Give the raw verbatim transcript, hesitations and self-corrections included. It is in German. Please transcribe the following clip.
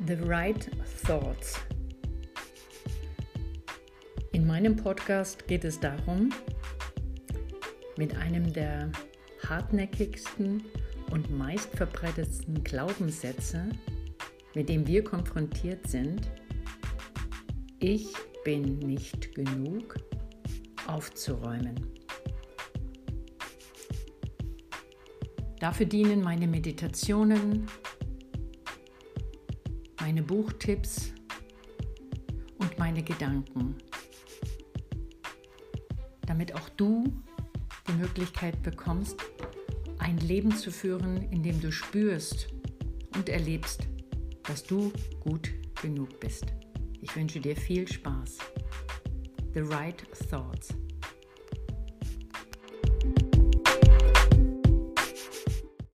The Right Thoughts. In meinem Podcast geht es darum, mit einem der hartnäckigsten und meistverbreitetsten Glaubenssätze, mit dem wir konfrontiert sind, ich bin nicht genug, aufzuräumen. Dafür dienen meine Meditationen, meine Buchtipps und meine Gedanken, damit auch du die Möglichkeit bekommst, ein Leben zu führen, in dem du spürst und erlebst, dass du gut genug bist. Ich wünsche dir viel Spaß. The Right Thoughts.